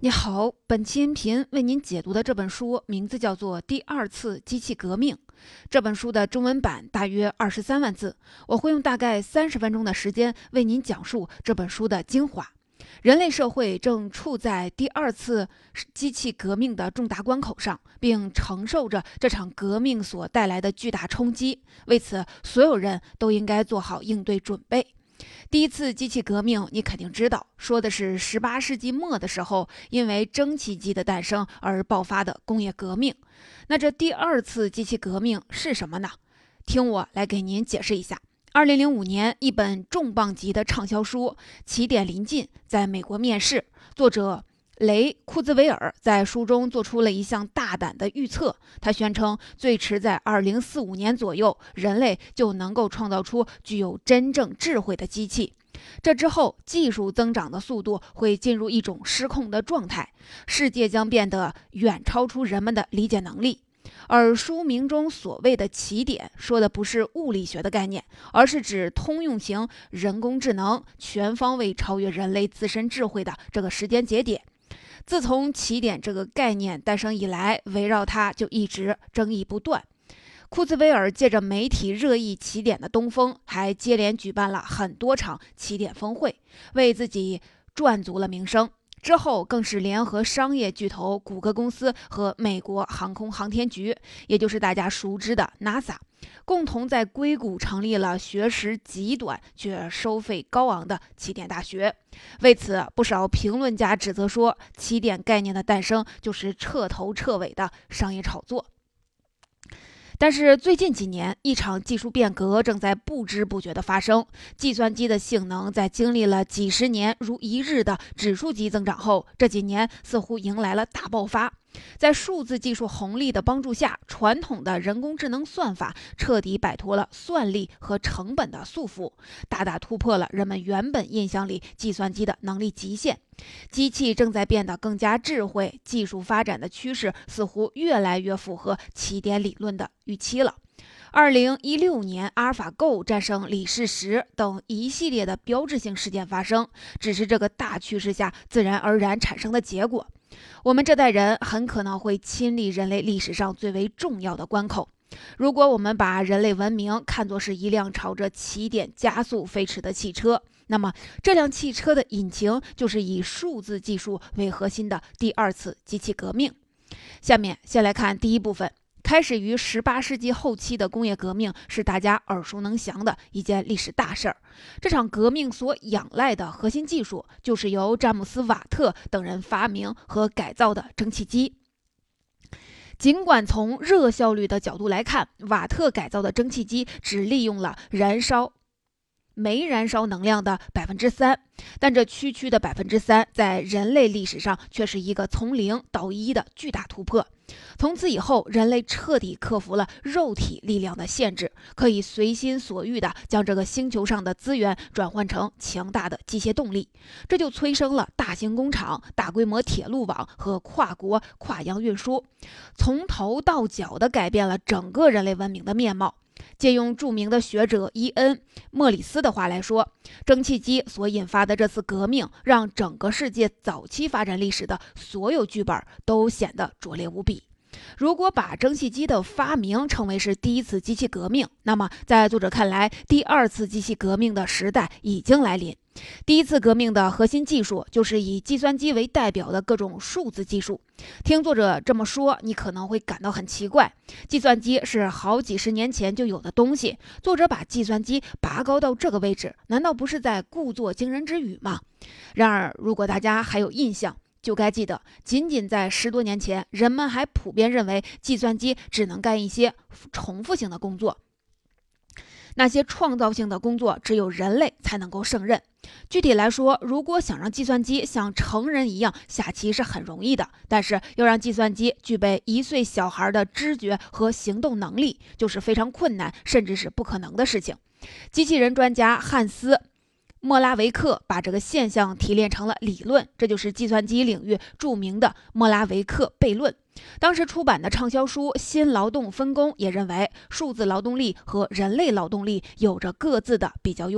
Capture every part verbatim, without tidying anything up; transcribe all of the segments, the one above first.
你好，本期音频为您解读的这本书名字叫做《第二次机器革命》。这本书的中文版大约二十三万字，我会用大概三十分钟的时间为您讲述这本书的精华。人类社会正处在第二次机器革命的重大关口上，并承受着这场革命所带来的巨大冲击。为此，所有人都应该做好应对准备。第一次机器革命，你肯定知道，说的是十八世纪末的时候，因为蒸汽机的诞生而爆发的工业革命。那这第二次机器革命是什么呢？听我来给您解释一下。二零零五年，一本重磅级的畅销书《起点临近》在美国面世，作者雷库兹韦尔在书中做出了一项大胆的预测，他宣称最迟在二零四五年左右，人类就能够创造出具有真正智慧的机器。这之后，技术增长的速度会进入一种失控的状态，世界将变得远超出人们的理解能力。而书名中所谓的起点，说的不是物理学的概念，而是指通用型人工智能全方位超越人类自身智慧的这个时间节点。自从起点这个概念诞生以来，围绕它就一直争议不断。库兹韦尔借着媒体热议起点的东风，还接连举办了很多场起点峰会，为自己赚足了名声。之后更是联合商业巨头谷歌公司和美国航空航天局，也就是大家熟知的 NASA， 共同在硅谷成立了学时极短却收费高昂的起点大学。为此，不少评论家指责说，起点概念的诞生就是彻头彻尾的商业炒作。但是最近几年，一场技术变革正在不知不觉地发生。计算机的性能在经历了几十年如一日的指数级增长后，这几年似乎迎来了大爆发。在数字技术红利的帮助下，传统的人工智能算法彻底摆脱了算力和成本的束缚，大大突破了人们原本印象里计算机的能力极限。机器正在变得更加智慧，技术发展的趋势似乎越来越符合起点理论的预期了。二零一六年，阿尔法 Go 战胜李世石等一系列的标志性事件发生，只是这个大趋势下自然而然产生的结果。我们这代人很可能会亲历人类历史上最为重要的关口。如果我们把人类文明看作是一辆朝着起点加速飞驰的汽车，那么这辆汽车的引擎就是以数字技术为核心的第二次机器革命。下面先来看第一部分。开始于十八世纪后期的工业革命是大家耳熟能详的一件历史大事儿。这场革命所仰赖的核心技术，就是由詹姆斯·瓦特等人发明和改造的蒸汽机。尽管从热效率的角度来看，瓦特改造的蒸汽机只利用了燃烧煤燃烧能量的百分之三，但这区区的百分之三，在人类历史上却是一个从零到一的巨大突破。从此以后，人类彻底克服了肉体力量的限制，可以随心所欲地将这个星球上的资源转换成强大的机械动力，这就催生了大型工厂、大规模铁路网和跨国跨洋运输，从头到脚地改变了整个人类文明的面貌。借用著名的学者伊恩·莫里斯的话来说，蒸汽机所引发的这次革命，让整个世界早期发展历史的所有剧本都显得拙劣无比。如果把蒸汽机的发明称为是第一次机器革命，那么在作者看来，第二次机器革命的时代已经来临。第一次革命的核心技术就是以计算机为代表的各种数字技术。听作者这么说，你可能会感到很奇怪，计算机是好几十年前就有的东西，作者把计算机拔高到这个位置，难道不是在故作惊人之语吗？然而，如果大家还有印象，就该记得，仅仅在十多年前，人们还普遍认为计算机只能干一些重复性的工作，那些创造性的工作只有人类才能够胜任。具体来说，如果想让计算机像成人一样下棋是很容易的，但是要让计算机具备一岁小孩的知觉和行动能力，就是非常困难，甚至是不可能的事情。机器人专家汉斯莫拉维克把这个现象提炼成了理论，这就是计算机领域著名的莫拉维克悖论。当时出版的畅销书《新劳动分工》也认为，数字劳动力和人类劳动力有着各自的比较优势。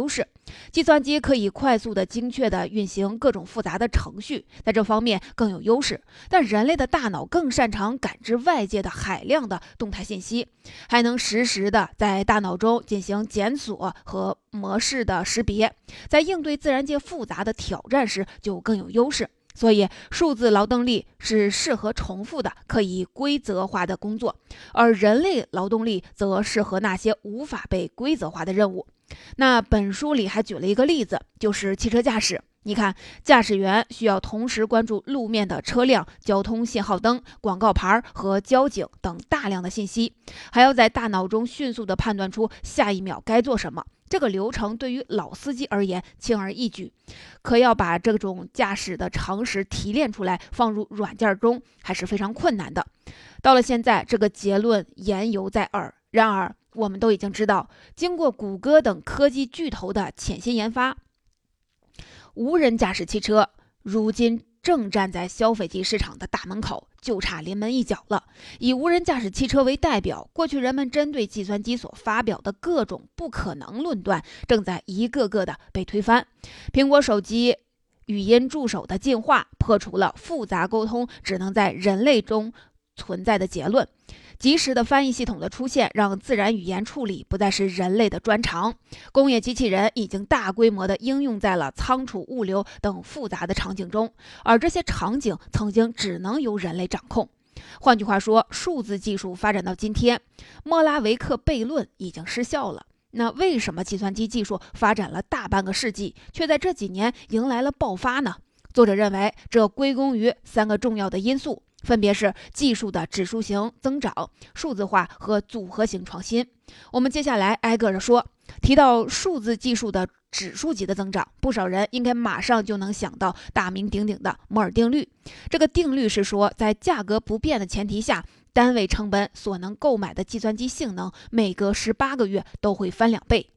计算机可以快速的、精确的运行各种复杂的程序，在这方面更有优势。但人类的大脑更擅长感知外界的海量的动态信息，还能实时的在大脑中进行检索和模式的识别，在应对自然界复杂的挑战时就更有优势。所以，数字劳动力是适合重复的、可以规则化的工作，而人类劳动力则适合那些无法被规则化的任务。那本书里还举了一个例子，就是汽车驾驶。你看，驾驶员需要同时关注路面的车辆、交通信号灯、广告牌和交警等大量的信息，还要在大脑中迅速地判断出下一秒该做什么。这个流程对于老司机而言轻而易举，可要把这种驾驶的常识提炼出来放入软件中还是非常困难的。到了现在，这个结论言犹在耳。然而我们都已经知道，经过谷歌等科技巨头的潜心研发，无人驾驶汽车如今正站在消费级市场的大门口，就差临门一脚了。以无人驾驶汽车为代表，过去人们针对计算机所发表的各种不可能论断，正在一个个的被推翻。苹果手机语音助手的进化，破除了复杂沟通只能在人类中存在的结论。及时的翻译系统的出现，让自然语言处理不再是人类的专长。工业机器人已经大规模的应用在了仓储、物流等复杂的场景中，而这些场景曾经只能由人类掌控。换句话说，数字技术发展到今天，莫拉维克悖论已经失效了。那为什么计算机技术发展了大半个世纪，却在这几年迎来了爆发呢？作者认为，这归功于三个重要的因素，分别是技术的指数型增长、数字化和组合型创新。我们接下来挨个的说。提到数字技术的指数级的增长，不少人应该马上就能想到大名鼎鼎的摩尔定律。这个定律是说，在价格不变的前提下，单位成本所能购买的计算机性能每隔十八个月都会翻两倍。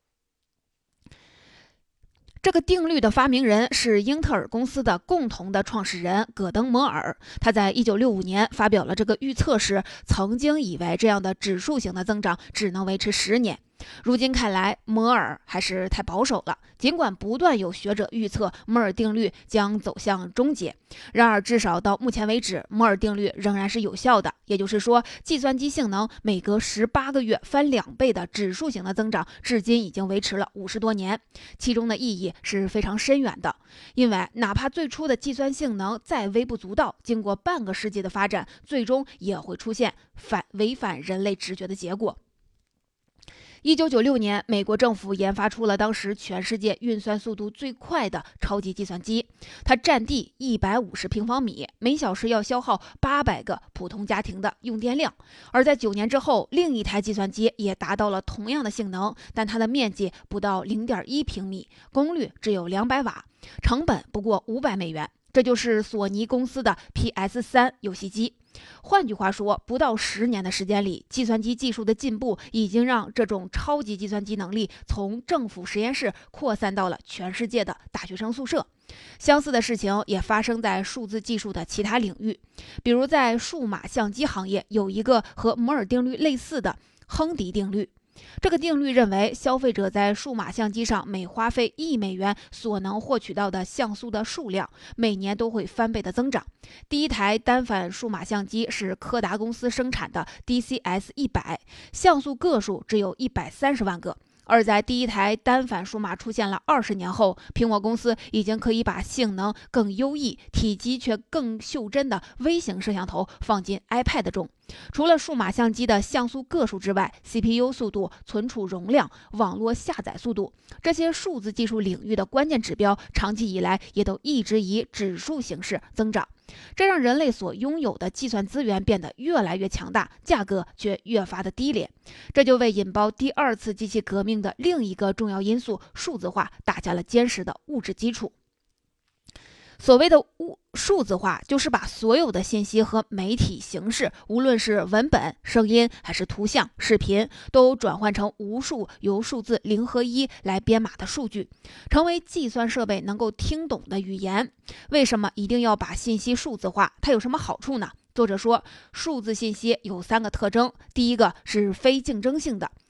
这个定律的发明人是英特尔公司的共同的创始人葛登摩尔。他在一九六五年发表了这个预测时，曾经以为这样的指数型的增长只能维持十年。如今看来，摩尔还是太保守了。尽管不断有学者预测摩尔定律将走向终结，然而至少到目前为止，摩尔定律仍然是有效的。也就是说，计算机性能每隔十八个月翻两倍的指数型的增长，至今已经维持了五十多年，其中的意义是非常深远的。因为哪怕最初的计算性能再微不足道，经过半个世纪的发展，最终也会出现反违反人类直觉的结果。一九九六年，美国政府研发出了当时全世界运算速度最快的超级计算机，它占地一百五十平方米，每小时要消耗八百个普通家庭的用电量。而在九年之后，另一台计算机也达到了同样的性能，但它的面积不到零点一平米，功率只有两百瓦，成本不过五百美元。这就是索尼公司的 P S 三 游戏机。换句话说，不到十年的时间里，计算机技术的进步已经让这种超级计算机能力从政府实验室扩散到了全世界的大学生宿舍。相似的事情也发生在数字技术的其他领域，比如在数码相机行业，有一个和摩尔定律类似的亨迪定律。这个定律认为，消费者在数码相机上每花费一美元所能获取到的像素的数量，每年都会翻倍的增长。第一台单反数码相机是柯达公司生产的 D C S 一百，像素个数只有一百三十万个。而在第一台单反数码出现了二十年后，苹果公司已经可以把性能更优异、体积却更袖珍的微型摄像头放进 iPad 中。除了数码相机的像素个数之外， C P U 速度、存储容量、网络下载速度，这些数字技术领域的关键指标，长期以来也都一直以指数形式增长。这让人类所拥有的计算资源变得越来越强大，价格却越发的低廉。这就为引爆第二次机器革命的另一个重要因素数字化打下了坚实的物质基础。所谓的物数字化，就是把所有的信息和媒体形式，无论是文本、声音还是图像、视频，都转换成无数由数字零和一来编码的数据，成为计算设备能够听懂的语言。为什么一定要把信息数字化？它有什么好处呢？作者说，数字信息有三个特征，第一个是非竞争性的，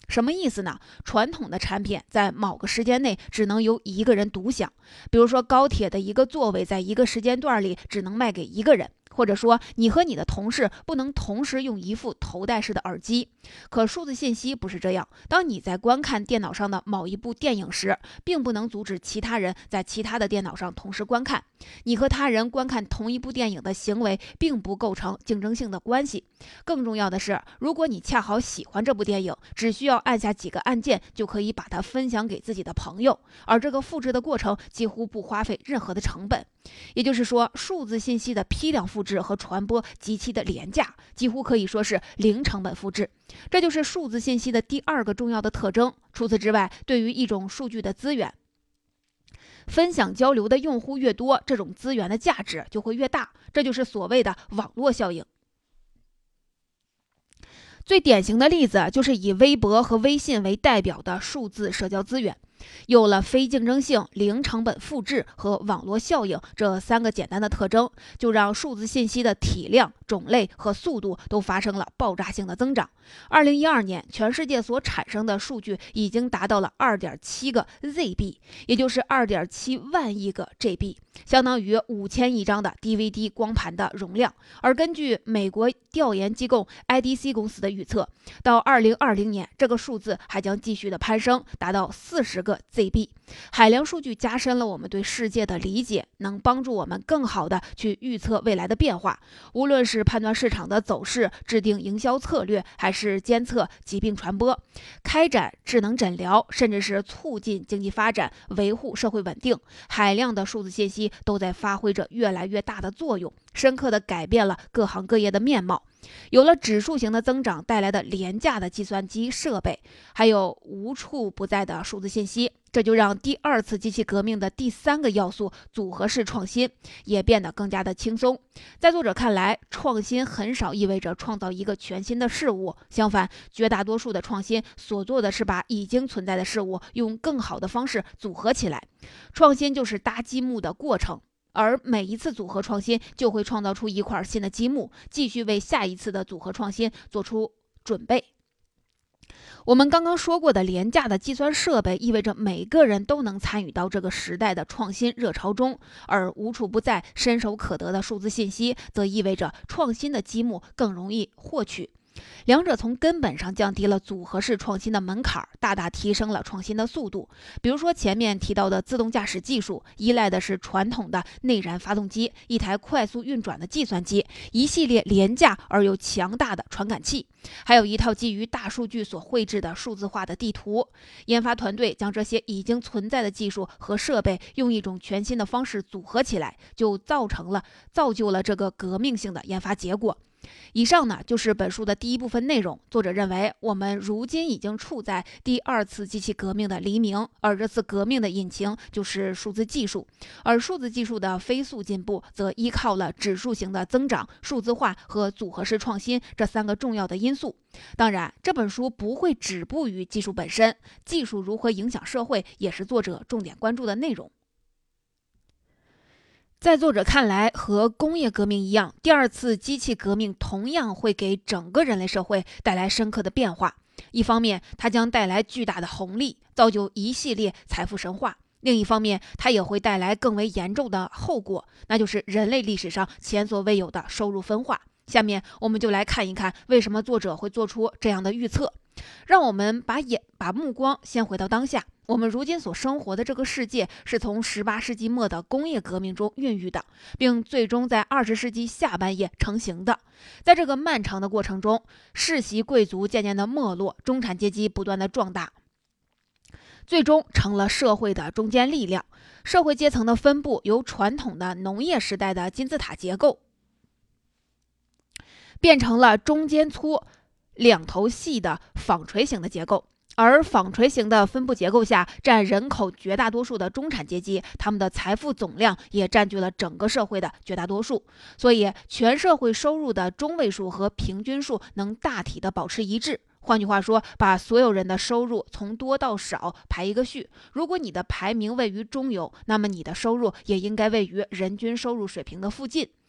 什么意思呢？传统的产品在某个时间内只能由一个人独享，比如说高铁的一个座位在一个时间段里只能卖给一个人，或者说你和你的同事不能同时用一副头戴式的耳机。可数字信息不是这样，当你在观看电脑上的某一部电影时，并不能阻止其他人在其他的电脑上同时观看。你和他人观看同一部电影的行为并不构成竞争性的关系。更重要的是，如果你恰好喜欢这部电影，只需要按下几个按键就可以把它分享给自己的朋友，而这个复制的过程几乎不花费任何的成本。也就是说，数字信息的批量复制和传播极其的廉价，几乎可以说是零成本复制。这就是数字信息的第二个重要的特征。除此之外，对于一种数据的资源，分享交流的用户越多，这种资源的价值就会越大，这就是所谓的网络效应。最典型的例子就是以微博和微信为代表的数字社交资源。有了非竞争性、零成本复制和网络效应这三个简单的特征，就让数字信息的体量、种类和速度都发生了爆炸性的增长。二零一二年，全世界所产生的数据已经达到了二点七个 Z B， 也就是二点七万亿个 G B， 相当于五千亿张的 D V D 光盘的容量。而根据美国调研机构 I D C 公司的预测，到二零二零年，这个数字还将继续的攀升，达到四十个 Z B。 海量数据加深了我们对世界的理解，能帮助我们更好的去预测未来的变化，无论是判断市场的走势、制定营销策略，还是监测疾病传播、开展智能诊疗，甚至是促进经济发展、维护社会稳定，海量的数字信息都在发挥着越来越大的作用，深刻地改变了各行各业的面貌。有了指数型的增长带来的廉价的计算机设备，还有无处不在的数字信息，这就让第二次机器革命的第三个要素组合式创新也变得更加的轻松。在作者看来，创新很少意味着创造一个全新的事物，相反，绝大多数的创新所做的是把已经存在的事物用更好的方式组合起来。创新就是搭积木的过程，而每一次组合创新就会创造出一块新的积木，继续为下一次的组合创新做出准备。我们刚刚说过的廉价的计算设备意味着每个人都能参与到这个时代的创新热潮中，而无处不在、伸手可得的数字信息则意味着创新的积木更容易获取。两者从根本上降低了组合式创新的门槛，大大提升了创新的速度。比如说前面提到的自动驾驶技术，依赖的是传统的内燃发动机、一台快速运转的计算机、一系列廉价而又强大的传感器，还有一套基于大数据所绘制的数字化的地图。研发团队将这些已经存在的技术和设备用一种全新的方式组合起来，就造成了造就了这个革命性的研发结果。以上呢就是本书的第一部分内容。作者认为，我们如今已经处在第二次机器革命的黎明，而这次革命的引擎就是数字技术，而数字技术的飞速进步则依靠了指数型的增长、数字化和组合式创新这三个重要的因素。当然，这本书不会止步于技术本身，技术如何影响社会也是作者重点关注的内容。在作者看来，和工业革命一样，第二次机器革命同样会给整个人类社会带来深刻的变化。一方面，它将带来巨大的红利，造就一系列财富神话；另一方面，它也会带来更为严重的后果，那就是人类历史上前所未有的收入分化。下面我们就来看一看为什么作者会做出这样的预测。让我们把眼把目光先回到当下。我们如今所生活的这个世界是从十八世纪末的工业革命中孕育的，并最终在二十世纪下半叶成型的。在这个漫长的过程中，世袭贵族渐渐的没落，中产阶级不断的壮大，最终成了社会的中坚力量。社会阶层的分布由传统的农业时代的金字塔结构变成了中间粗、两头细的纺锤形的结构。而纺锤形的分布结构下，占人口绝大多数的中产阶级，他们的财富总量也占据了整个社会的绝大多数。所以，全社会收入的中位数和平均数能大体的保持一致。换句话说，把所有人的收入从多到少排一个序。如果你的排名位于中游，那么你的收入也应该位于人均收入水平的附近。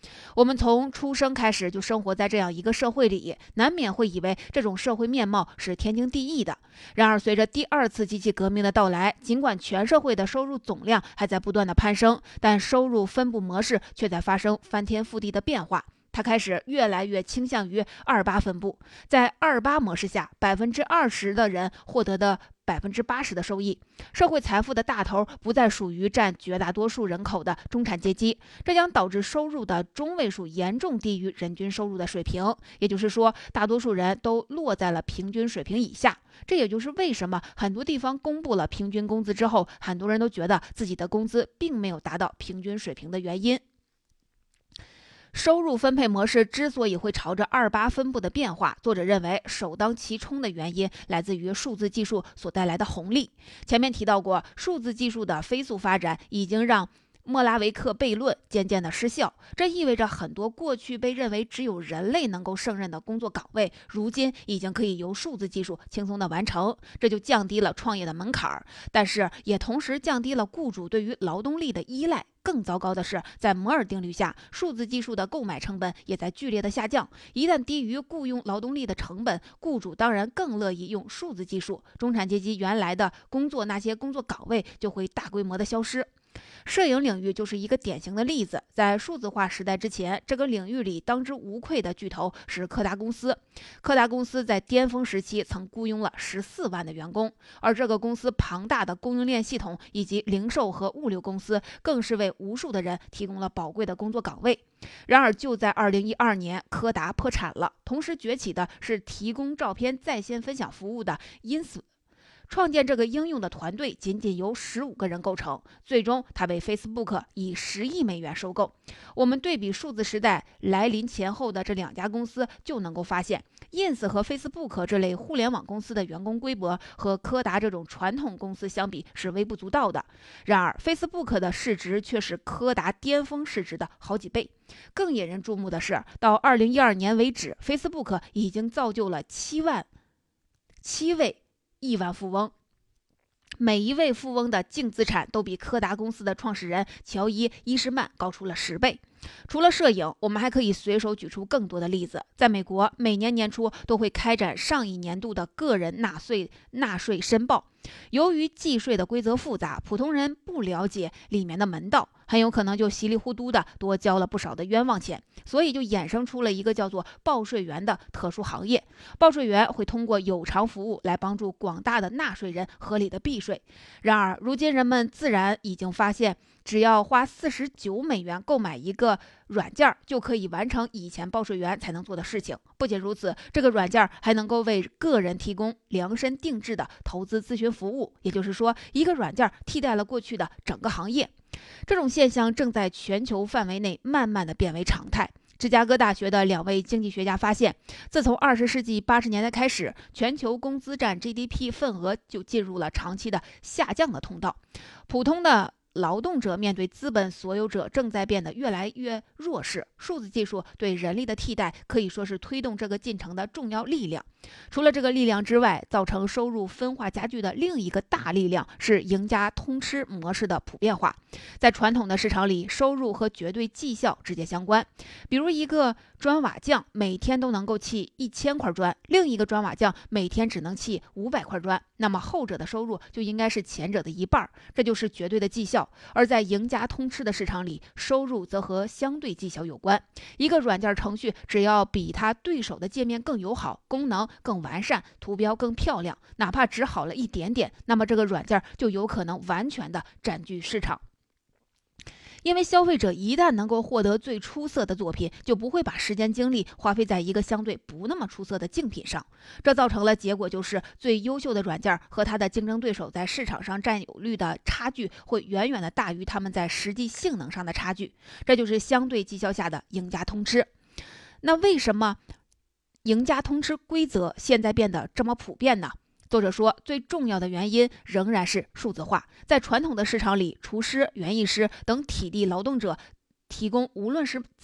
我们从出生开始就生活在这样一个社会里，难免会以为这种社会面貌是天经地义的。然而，随着第二次机器革命的到来，尽管全社会的收入总量还在不断的攀升，但收入分布模式却在发生翻天覆地的变化。它开始越来越倾向于二八分布，在二八模式下，百分之二十的人获得的百分之八十的收益，社会财富的大头不再属于占绝大多数人口的中产阶级，这将导致收入的中位数严重低于人均收入的水平，也就是说，大多数人都落在了平均水平以下。这也就是为什么很多地方公布了平均工资之后，很多人都觉得自己的工资并没有达到平均水平的原因。收入分配模式之所以会朝着二八分布的变化，作者认为首当其冲的原因来自于数字技术所带来的红利。前面提到过，数字技术的飞速发展已经让莫拉维克悖论渐渐的失效，这意味着很多过去被认为只有人类能够胜任的工作岗位，如今已经可以由数字技术轻松的完成，这就降低了创业的门槛，但是也同时降低了雇主对于劳动力的依赖。更糟糕的是，在摩尔定律下，数字技术的购买成本也在剧烈的下降。一旦低于雇佣劳动力的成本，雇主当然更乐意用数字技术，中产阶级原来的工作那些工作岗位就会大规模的消失。摄影领域就是一个典型的例子，在数字化时代之前，这个领域里当之无愧的巨头是柯达公司。柯达公司在巅峰时期曾雇佣了十四万的员工，而这个公司庞大的供应链系统以及零售和物流公司更是为无数的人提供了宝贵的工作岗位。然而就在二零一二年，柯达破产了，同时崛起的是提供照片在线分享服务的 Ins。创建这个应用的团队仅仅由十五个人构成，最终他被 Facebook 以十亿美元收购。我们对比数字时代来临前后的这两家公司，就能够发现 Ins 和 Facebook 这类互联网公司的员工规模和柯达这种传统公司相比是微不足道的。然而 Facebook 的市值却是柯达巅峰市值的好几倍。更引人注目的是，到二零一二年为止， Facebook 已经造就了七万七位亿万富翁，每一位富翁的净资产都比柯达公司的创始人乔伊·伊什曼高出了十倍。除了摄影，我们还可以随手举出更多的例子。在美国，每年年初都会开展上一年度的个人纳税纳税申报。由于计税的规则复杂，普通人不了解里面的门道，很有可能就稀里糊涂的多交了不少的冤枉钱，所以就衍生出了一个叫做报税员的特殊行业。报税员会通过有偿服务来帮助广大的纳税人合理的避税。然而，如今人们自然已经发现，只要花四十九美元购买一个软件，就可以完成以前报税员才能做的事情。不仅如此，这个软件还能够为个人提供量身定制的投资咨询服务，也就是说，一个软件替代了过去的整个行业。这种现象正在全球范围内慢慢的变为常态。芝加哥大学的两位经济学家发现，自从二十世纪八十年代开始，全球工资占 G D P 份额就进入了长期的下降的通道。普通的劳动者面对资本所有者正在变得越来越弱势，数字技术对人力的替代可以说是推动这个进程的重要力量。除了这个力量之外，造成收入分化加剧的另一个大力量是赢家通吃模式的普遍化。在传统的市场里，收入和绝对绩效直接相关。比如一个砖瓦匠每天都能够砌一千块砖，另一个砖瓦匠每天只能砌五百块砖，那么后者的收入就应该是前者的一半，这就是绝对的绩效。而在赢家通吃的市场里，收入则和相对绩效有关。一个软件程序只要比他对手的界面更友好，功能更完善，图标更漂亮，哪怕只好了一点点，那么这个软件就有可能完全的占据市场。因为消费者一旦能够获得最出色的作品，就不会把时间精力花费在一个相对不那么出色的竞品上。这造成了结果就是最优秀的软件和它的竞争对手在市场上占有率的差距会远远的大于他们在实际性能上的差距。这就是相对绩效下的赢家通吃。那为什么赢家通吃规则现在变得这么普遍呢？作者说，最重要的原因仍然是数字化。在传统的市场里，厨师、园艺师等体力劳动者提供无论是在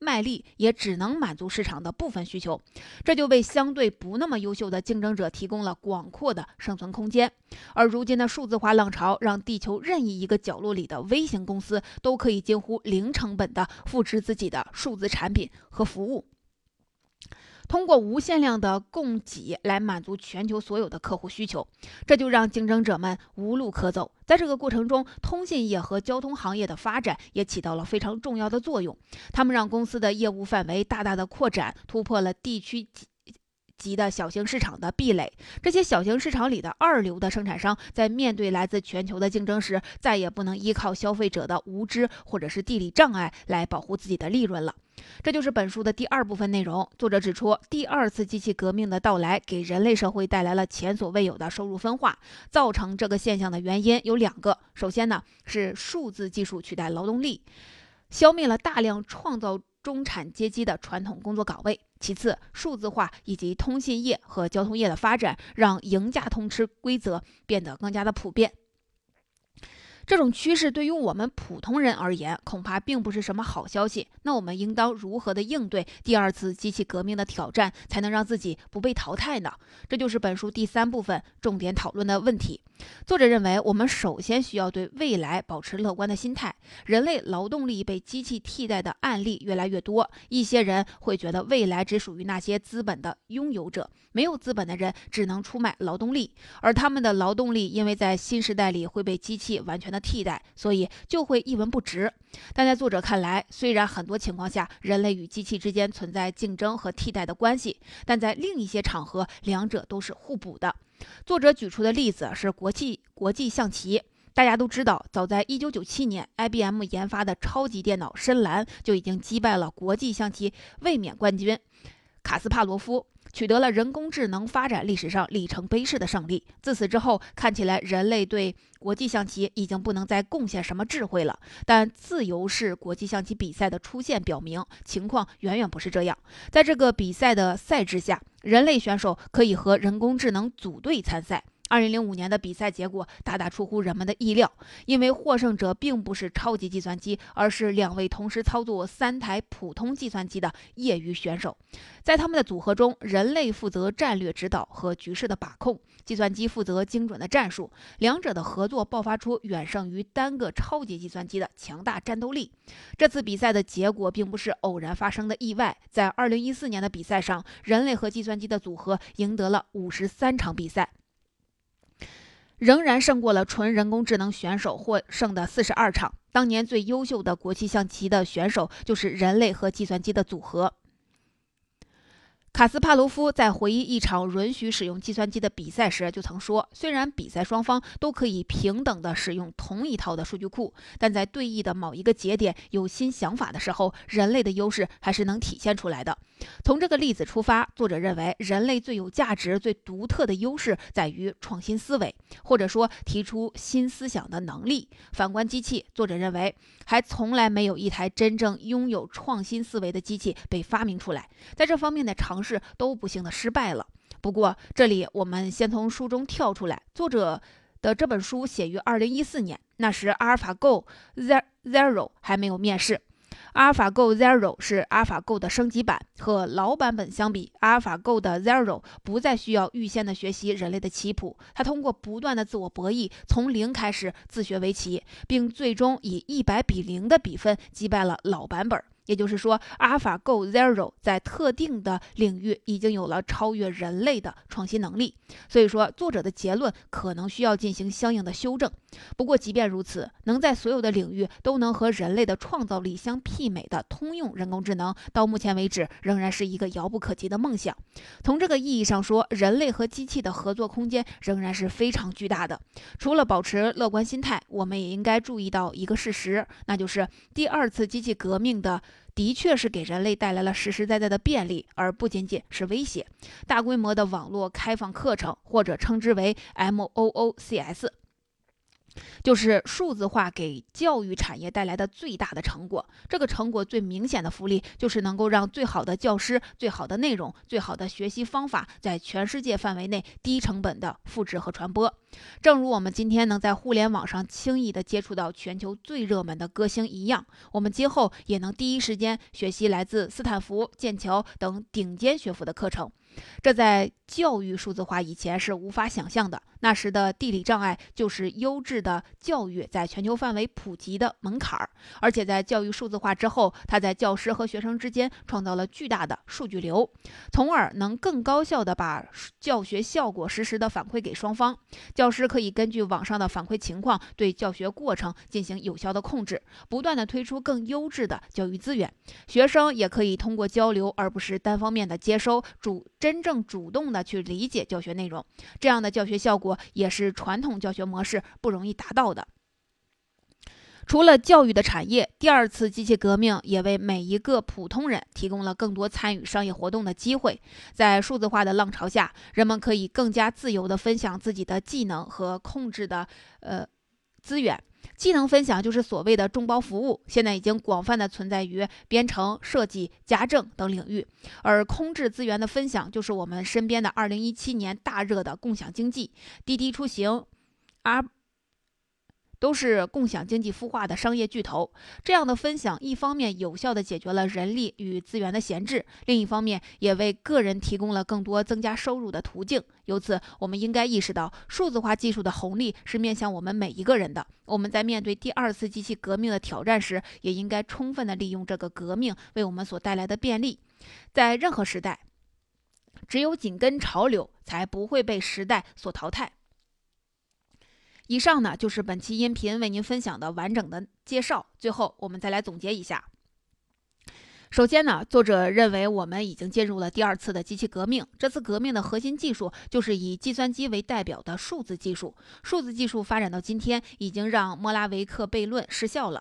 卖力，也只能满足市场的部分需求，这就为相对不那么优秀的竞争者提供了广阔的生存空间。而如今的数字化浪潮，让地球任意一个角落里的微型公司都可以近乎零成本的复制自己的数字产品和服务，通过无限量的供给来满足全球所有的客户需求，这就让竞争者们无路可走。在这个过程中，通信业和交通行业的发展也起到了非常重要的作用，他们让公司的业务范围大大的扩展，突破了地区级的小型市场的壁垒。这些小型市场里的二流的生产商，在面对来自全球的竞争时，再也不能依靠消费者的无知或者是地理障碍来保护自己的利润了。这就是本书的第二部分内容。作者指出，第二次机器革命的到来给人类社会带来了前所未有的收入分化。造成这个现象的原因有两个，首先呢是数字技术取代劳动力，消灭了大量创造中产阶级的传统工作岗位。其次，数字化以及通信业和交通业的发展，让赢家通吃规则变得更加的普遍。这种趋势对于我们普通人而言，恐怕并不是什么好消息。那我们应当如何的应对第二次机器革命的挑战，才能让自己不被淘汰呢？这就是本书第三部分重点讨论的问题。作者认为，我们首先需要对未来保持乐观的心态。人类劳动力被机器替代的案例越来越多，一些人会觉得未来只属于那些资本的拥有者，没有资本的人只能出卖劳动力，而他们的劳动力因为在新时代里会被机器完全的替代，所以就会一文不值。但在作者看来，虽然很多情况下人类与机器之间存在竞争和替代的关系，但在另一些场合，两者都是互补的。作者举出的例子是国际国际象棋。大家都知道，早在一九九七年 I B M 研发的超级电脑深蓝就已经击败了国际象棋卫冕冠军卡斯帕罗夫，取得了人工智能发展历史上里程碑式的胜利。自此之后，看起来人类对国际象棋已经不能再贡献什么智慧了。但自由式国际象棋比赛的出现表明，情况远远不是这样。在这个比赛的赛制下，人类选手可以和人工智能组队参赛。二零零五年的比赛结果大大出乎人们的意料，因为获胜者并不是超级计算机，而是两位同时操作三台普通计算机的业余选手。在他们的组合中，人类负责战略指导和局势的把控，计算机负责精准的战术，两者的合作爆发出远胜于单个超级计算机的强大战斗力。这次比赛的结果并不是偶然发生的意外，在二零一四年的比赛上，人类和计算机的组合赢得了五十三场比赛，仍然胜过了纯人工智能选手获胜的四十二场。当年最优秀的国际象棋的选手就是人类和计算机的组合。卡斯帕罗夫在回忆一场允许使用计算机的比赛时就曾说，虽然比赛双方都可以平等地使用同一套的数据库，但在对弈的某一个节点有新想法的时候，人类的优势还是能体现出来的。从这个例子出发，作者认为人类最有价值、最独特的优势在于创新思维，或者说提出新思想的能力。反观机器，作者认为还从来没有一台真正拥有创新思维的机器被发明出来，在这方面的尝试都不幸的失败了。不过这里我们先从书中跳出来，作者的这本书写于二零一四年，那时 AlphaGo Zero 还没有面世。AlphaGo Zero 是 AlphaGo 的升级版，和老版本相比， AlphaGo 的 Zero 不再需要预先的学习人类的棋谱，它通过不断的自我博弈，从零开始自学围棋，并最终以一百比零的比分击败了老版本。也就是说 AlphaGo Zero 在特定的领域已经有了超越人类的创新能力，所以说作者的结论可能需要进行相应的修正。不过即便如此，能在所有的领域都能和人类的创造力相媲美的通用人工智能，到目前为止仍然是一个遥不可及的梦想。从这个意义上说，人类和机器的合作空间仍然是非常巨大的。除了保持乐观心态，我们也应该注意到一个事实，那就是第二次机器革命的的确是给人类带来了实实在在的便利，而不仅仅是威胁。大规模的网络开放课程，或者称之为 M O O C S， 就是数字化给教育产业带来的最大的成果。这个成果最明显的福利，就是能够让最好的教师、最好的内容、最好的学习方法在全世界范围内低成本的复制和传播。 正如我们今天能在互联网上轻易地接触到全球最热门的歌星一样，我们今后也能第一时间学习来自斯坦福、剑桥等顶尖学府的课程。这在教育数字化以前是无法想象的，那时的地理障碍就是优质的教育在全球范围普及的门槛儿。而且在教育数字化之后，它在教师和学生之间创造了巨大的数据流，从而能更高效地把教学效果实时的反馈给双方。教师可以根据网上的反馈情况，对教学过程进行有效的控制，不断地推出更优质的教育资源。学生也可以通过交流，而不是单方面的接收，主真正主动的去理解教学内容。这样的教学效果也是传统教学模式不容易达到的。除了教育的产业，第二次机器革命也为每一个普通人提供了更多参与商业活动的机会。在数字化的浪潮下，人们可以更加自由地分享自己的技能和控制的呃资源。技能分享就是所谓的众包服务，现在已经广泛的存在于编程、设计、家政等领域。而空置资源的分享就是我们身边的二零一七年大热的共享经济，滴滴出行、而都是共享经济孵化的商业巨头。这样的分享一方面有效地解决了人力与资源的闲置，另一方面也为个人提供了更多增加收入的途径。由此，我们应该意识到数字化技术的红利是面向我们每一个人的。我们在面对第二次机器革命的挑战时，也应该充分地利用这个革命为我们所带来的便利。在任何时代，只有紧跟潮流，才不会被时代所淘汰。以上呢就是本期音频为您分享的完整的介绍。最后我们再来总结一下。首先呢，作者认为我们已经进入了第二次的机器革命。这次革命的核心技术就是以计算机为代表的数字技术。数字技术发展到今天，已经让莫拉维克悖论失效了。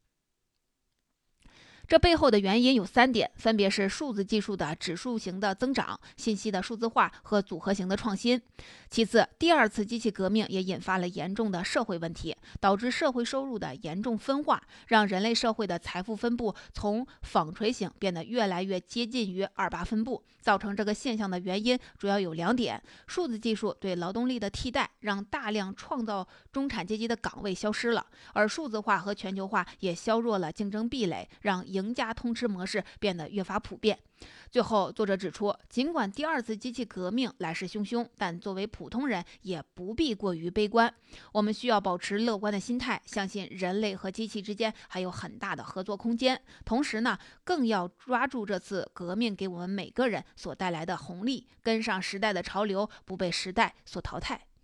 这背后的原因有三点，分别是数字技术的指数型的增长、信息的数字化和组合型的创新。其次，第二次机器革命也引发了严重的社会问题，导致社会收入的严重分化，让人类社会的财富分布从纺锤型变得越来越接近于二八分布。造成这个现象的原因主要有两点：数字技术对劳动力的替代，让大量创造中产阶级的岗位消失了；而数字化和全球化也削弱了竞争壁垒，让赢家通吃模式变得越发普遍。最后，作者指出，尽管第二次机器革命来势汹汹，但作为普通人也不必过于悲观。我们需要保持乐观的心态，相信人类和机器之间还有很大的合作空间。同时呢，更要抓住这次革命给我们每个人所带来的红利，跟上时代的潮流，不被时代所淘汰。